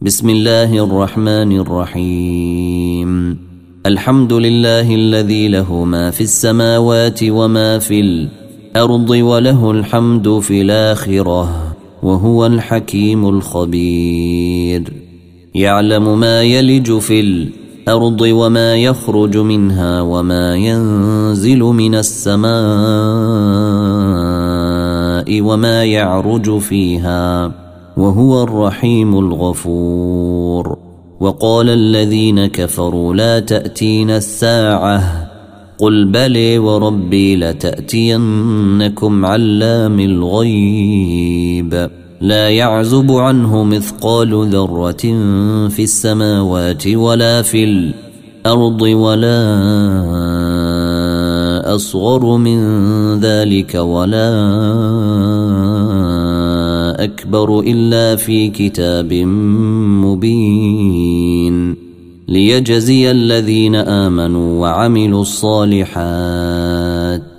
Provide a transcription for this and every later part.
بسم الله الرحمن الرحيم. الحمد لله الذي له ما في السماوات وما في الأرض وله الحمد في الآخرة وهو الحكيم الخبير. يعلم ما يلج في الأرض وما يخرج منها وما ينزل من السماء وما يعرج فيها وهو الرحيم الغفور. وقال الذين كفروا لا تأتينا الساعة قل بلى وربي لتأتينكم علام الغيب لا يعزب عنه مثقال ذرة في السماوات ولا في الأرض ولا أصغر من ذلك ولا أكبر إلا في كتاب مبين ليجزي الذين آمنوا وعملوا الصالحات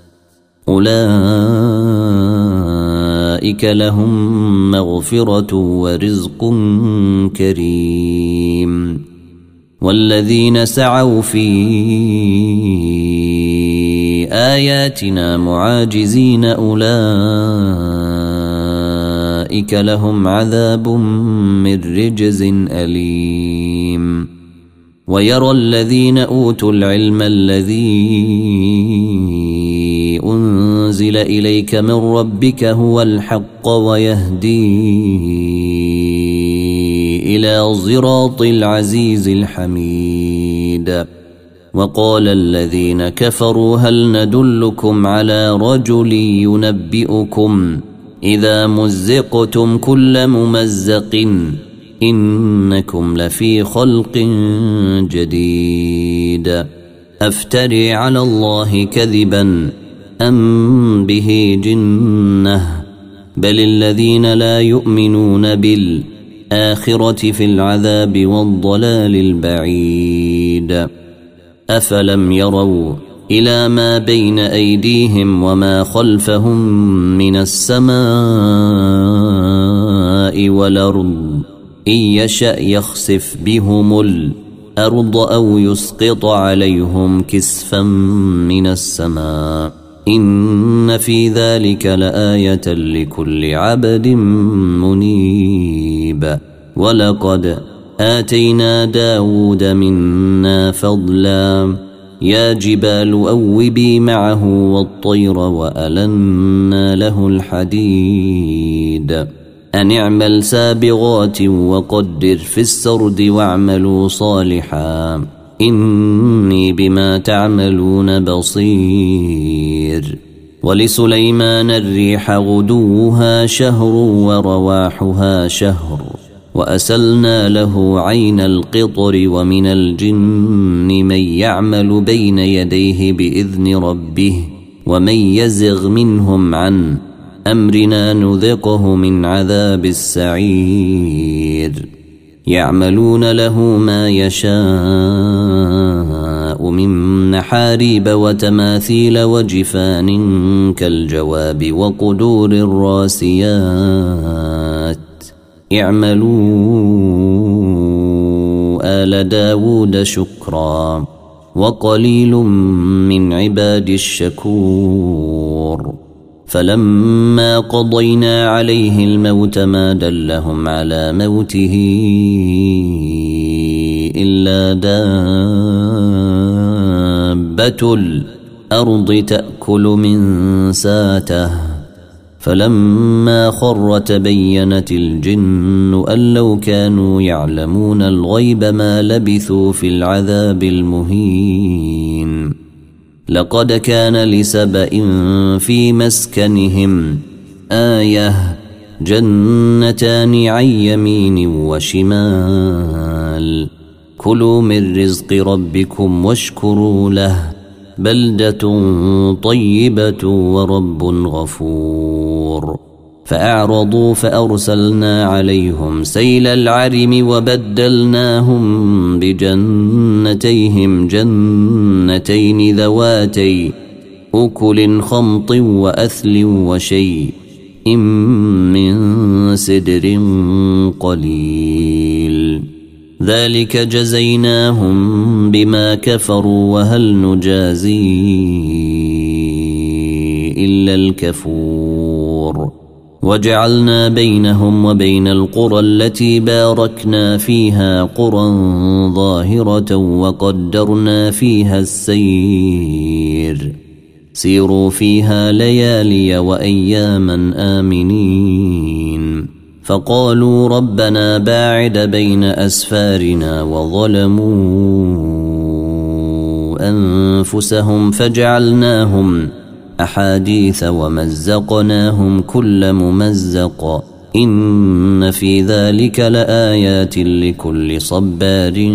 أولئك لهم مغفرة ورزق كريم. والذين سعوا في آياتنا معاجزين أولئك لهم عذاب من رجز أليم. ويرى الذين أوتوا العلم الذي أنزل إليك من ربك هو الحق ويهدي إلى صراط العزيز الحميد. وقال الذين كفروا هل ندلكم على رجل ينبئكم إذا مزقتم كل ممزق إنكم لفي خلق جديد أفتري على الله كذبا أم به جنة بل الذين لا يؤمنون بالآخرة في العذاب والضلال البعيد. أفلم يروا إلى ما بين أيديهم وما خلفهم من السماء والأرض إن يشأ يخسف بهم الأرض أو يسقط عليهم كسفا من السماء إن في ذلك لآية لكل عبد منيب. ولقد آتينا داود منا فضلا يا جبال أوبي معه والطير وألنا له الحديد أن اعمل سابغات وقدر في السرد واعملوا صالحا إني بما تعملون بصير. ولسليمان الريح غدوها شهر ورواحها شهر وأسلنا له عين القطر ومن الجن من يعمل بين يديه بإذن ربه ومن يزغ منهم عن أمرنا نذقه من عذاب السعير. يعملون له ما يشاء من محاريب وتماثيل وجفان كالجواب وقدور الراسيات اعملوا آل داود شكرا وقليل من عباد الشكور. فلما قضينا عليه الموت ما دلهم على موته إلا دابة الأرض تأكل من ساته فلما خر تبينت الجن أن لو كانوا يعلمون الغيب ما لبثوا في العذاب المهين. لقد كان لسبأ في مسكنهم آية جنتان عن يمين وشمال كلوا من رزق ربكم واشكروا له بلدة طيبة ورب غفور. فأعرضوا فأرسلنا عليهم سيل العرم وبدلناهم بجنتيهم جنتين ذواتي أكل خمط وأثل وشيء من سدر قليل ذلك جزيناهم بما كفروا وهل نجازي إلا الكفور وجعلنا بينهم وبين القرى التي باركنا فيها قرى ظاهرة وقدرنا فيها السير سيروا فيها ليالي وأياما آمنين فقالوا ربنا باعد بين أسفارنا وظلموا أنفسهم فجعلناهم أحاديث ومزقناهم كل ممزق إن في ذلك لآيات لكل صبار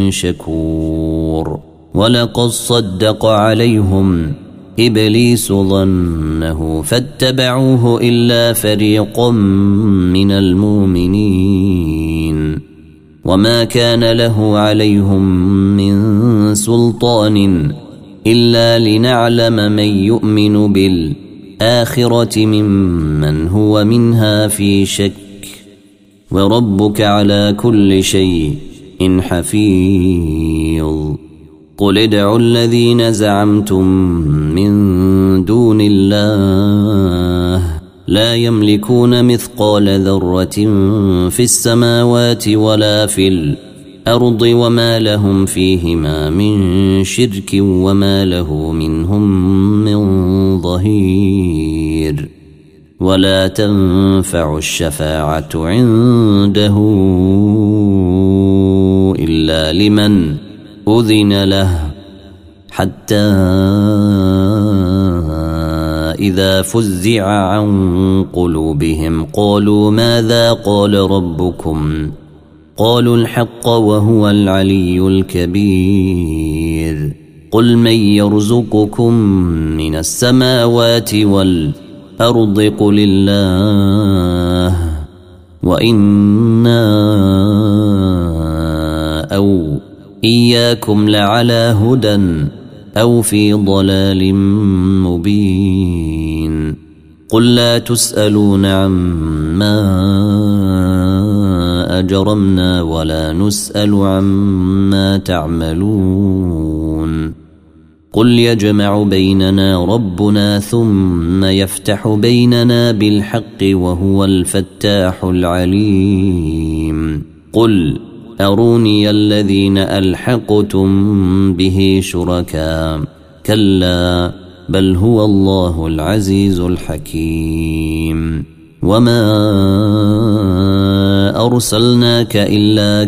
شكور ولقد صدق عليهم إبليس ظنه فاتبعوه إلا فريقا من المؤمنين وما كان له عليهم من سلطان إلا لنعلم من يؤمن بالآخرة ممن هو منها في شك وربك على كل شيء حفيظ قل ادعوا الذين زعمتم من دون الله لا يملكون مثقال ذرة في السماوات ولا في الأرض وما لهم فيهما من شرك وما له منهم من ظهير ولا تنفع الشفاعة عنده إلا لمن أذن له حتى إذا فزع عن قلوبهم قالوا ماذا قال ربكم قالوا الحق وهو العلي الكبير قل من يرزقكم من السماوات والأرض قل الله وإنا أو إياكم لعلى هدى أو في ضلال مبين قل لا تسألون عما أجرمنا ولا نسأل عما تعملون قل يجمع بيننا ربنا ثم يفتح بيننا بالحق وهو الفتاح العليم قل أروني الذين ألحقتم به شركاء كلا بل هو الله العزيز الحكيم وما أرسلناك إلا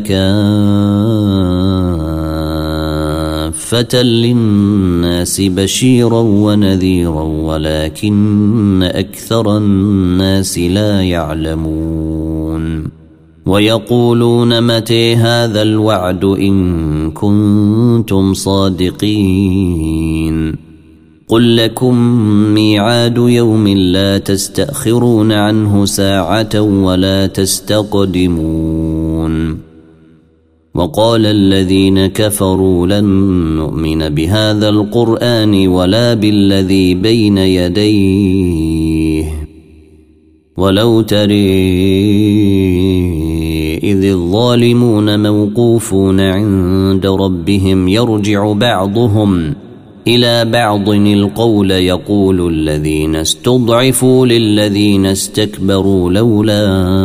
كافة للناس بشيرا ونذيرا ولكن أكثر الناس لا يعلمون ويقولون متى هذا الوعد إن كنتم صادقين قل لكم ميعاد يوم لا تستأخرون عنه ساعة ولا تستقدمون وقال الذين كفروا لن نؤمن بهذا القرآن ولا بالذي بين يديه ولو تري إذ الظالمون موقوفون عند ربهم يرجع بعضهم إلى بعض القول يقول الذين استضعفوا للذين استكبروا لولا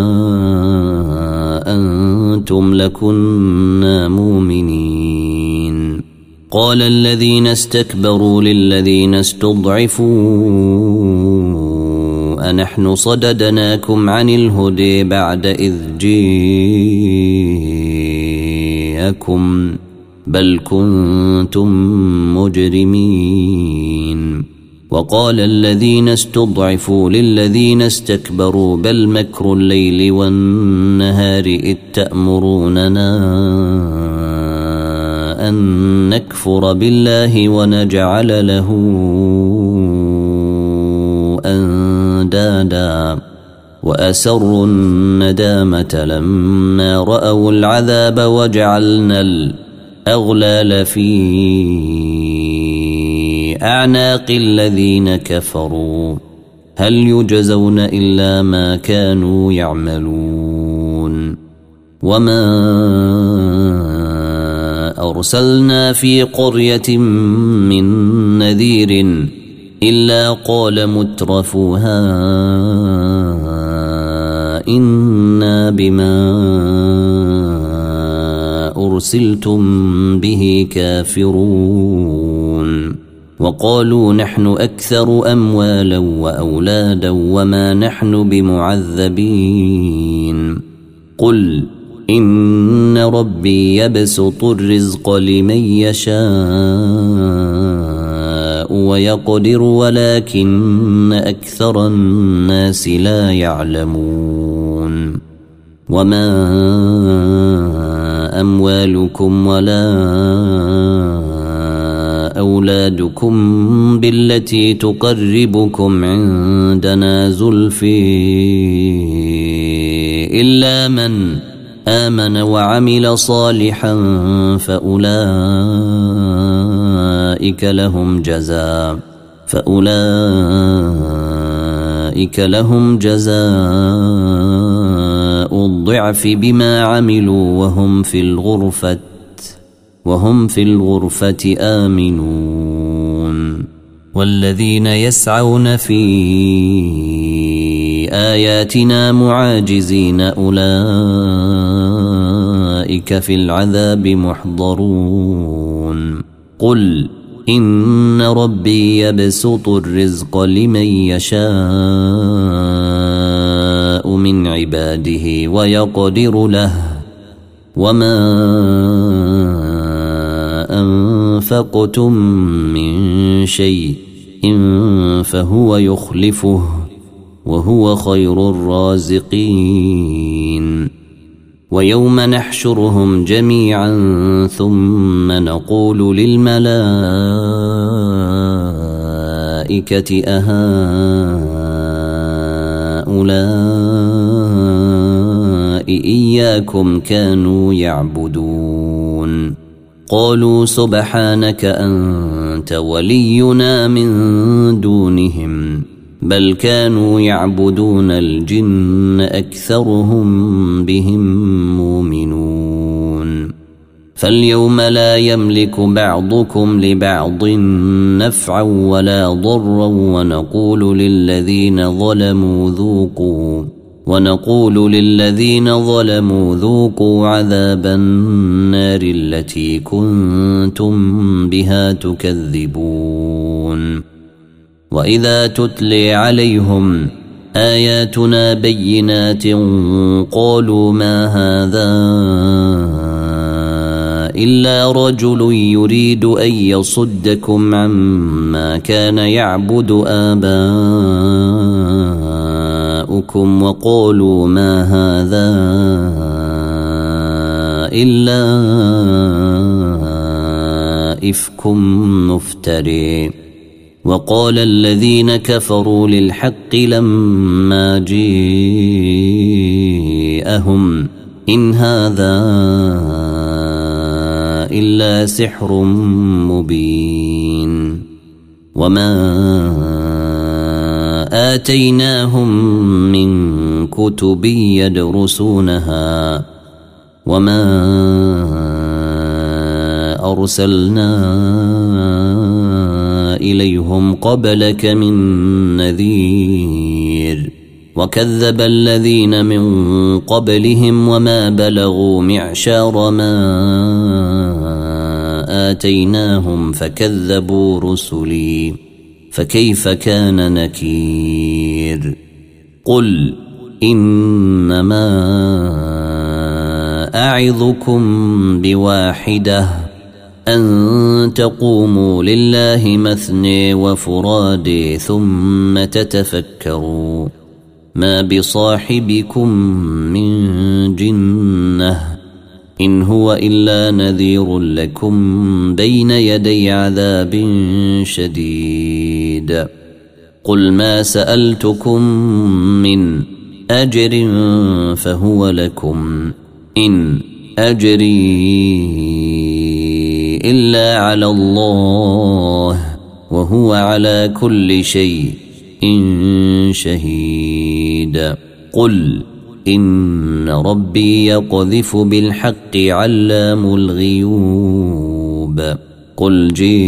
أنتم لكنا مؤمنين قال الذين استكبروا للذين استضعفوا أنحن صددناكم عن الهدى بعد إذ جاءكم بل كنتم مجرمين وقال الذين استضعفوا للذين استكبروا بل مكر الليل والنهار إذ تأمروننا أن نكفر بالله ونجعل له أندادا وأسروا الندامة لما رأوا العذاب وجعلنا الأغلال في أعناق الذين كفروا هل يجزون إلا ما كانوا يعملون وما أرسلنا في قرية من نذير إلا قال مترفوها إنا بما أرسلتم به كافرون وقالوا نحن أكثر أموالا وأولادا وما نحن بمعذبين قل إن ربي يبسط الرزق لمن يشاء ويقدر ولكن أكثر الناس لا يعلمون وما أموالكم ولا أولادكم بالتي تقربكم عندنا زلفي إلا من آمن وعمل صالحا فأولئك لهم جزاء الضعف بما عملوا وهم في الغرفة آمنون والذين يسعون في آياتنا معاجزين أولئك في العذاب محضرون قل إن ربي يبسط الرزق لمن يشاء من عباده ويقدر له وما أنفقتم من شيء فهو يخلفه وهو خير الرازقين ويوم نحشرهم جميعا ثم نقول للملائكة أهؤلاء إياكم كانوا يعبدون قالوا سبحانك أنت ولينا من دونهم بل كانوا يعبدون الجن أكثرهم بهم مؤمنون فاليوم لا يملك بعضكم لبعض نفعا ولا ضرا ونقول للذين ظلموا ذوقوا عذاب النار التي كنتم بها تكذبون وإذا تتلي عليهم آياتنا بينات قالوا ما هذا إلا رجل يريد أن يصدكم عما كان يعبد آباؤكم وقالوا ما هذا إلا إفك مفتري وقال الذين كفروا للحق لما جاءهم إن هذا إلا سحر مبين وما آتيناهم من كتب يدرسونها وما أرسلنا إليهم قبلك من نذير وكذب الذين من قبلهم وما بلغوا معشار ما آتيناهم فكذبوا رسلي فكيف كان نكير قل إنما أعظكم بواحدة أن تقوموا لله مثني وفرادي ثم تتفكروا ما بصاحبكم من جنة إن هو إلا نذير لكم بين يدي عذاب شديد قل ما سألتكم من أجر فهو لكم إن أجري إلا على الله وهو على كل شيء شهيد قل إن ربي يقذف بالحق علام الغيوب قل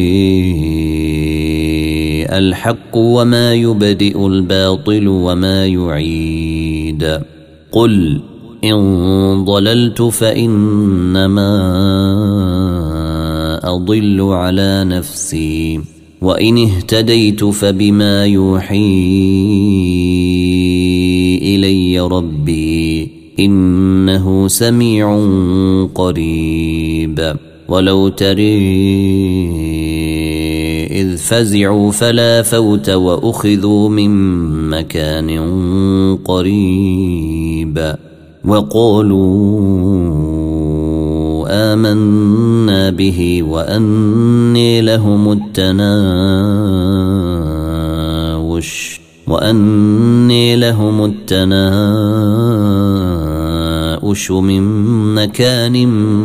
جاء الحق وما يبدئ الباطل وما يعيد قل إن ضللت فإنما أضل على نفسي وإن اهتديت فبما يوحي إلي ربي إنه سميع قريب ولو تري إذ فزعوا فلا فوت وأخذوا من مكان قريب وقالوا آمنا به وأني لهم التناوش من مكان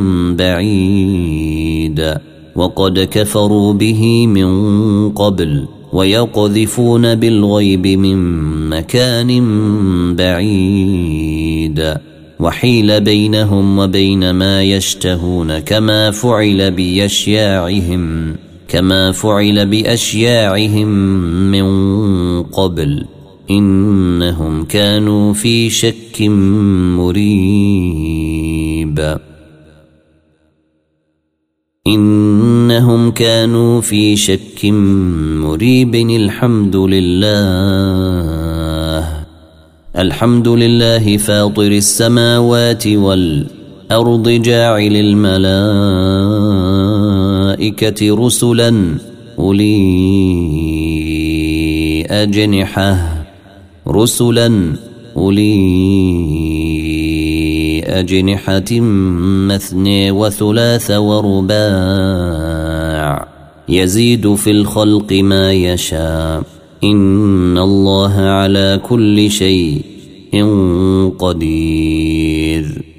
بعيد وقد كفروا به من قبل ويقذفون بالغيب من مكان بعيد وحيل بينهم وبين ما يشتهون كما فعل بأشياعهم من قبل إنهم كانوا في شك مريب الحمد لله فاطر السماوات والأرض جاعل الملائكة رسلا أولي أجنحة مثني وثلاث ورباع يزيد في الخلق ما يشاء إن الله على كل شيء قدير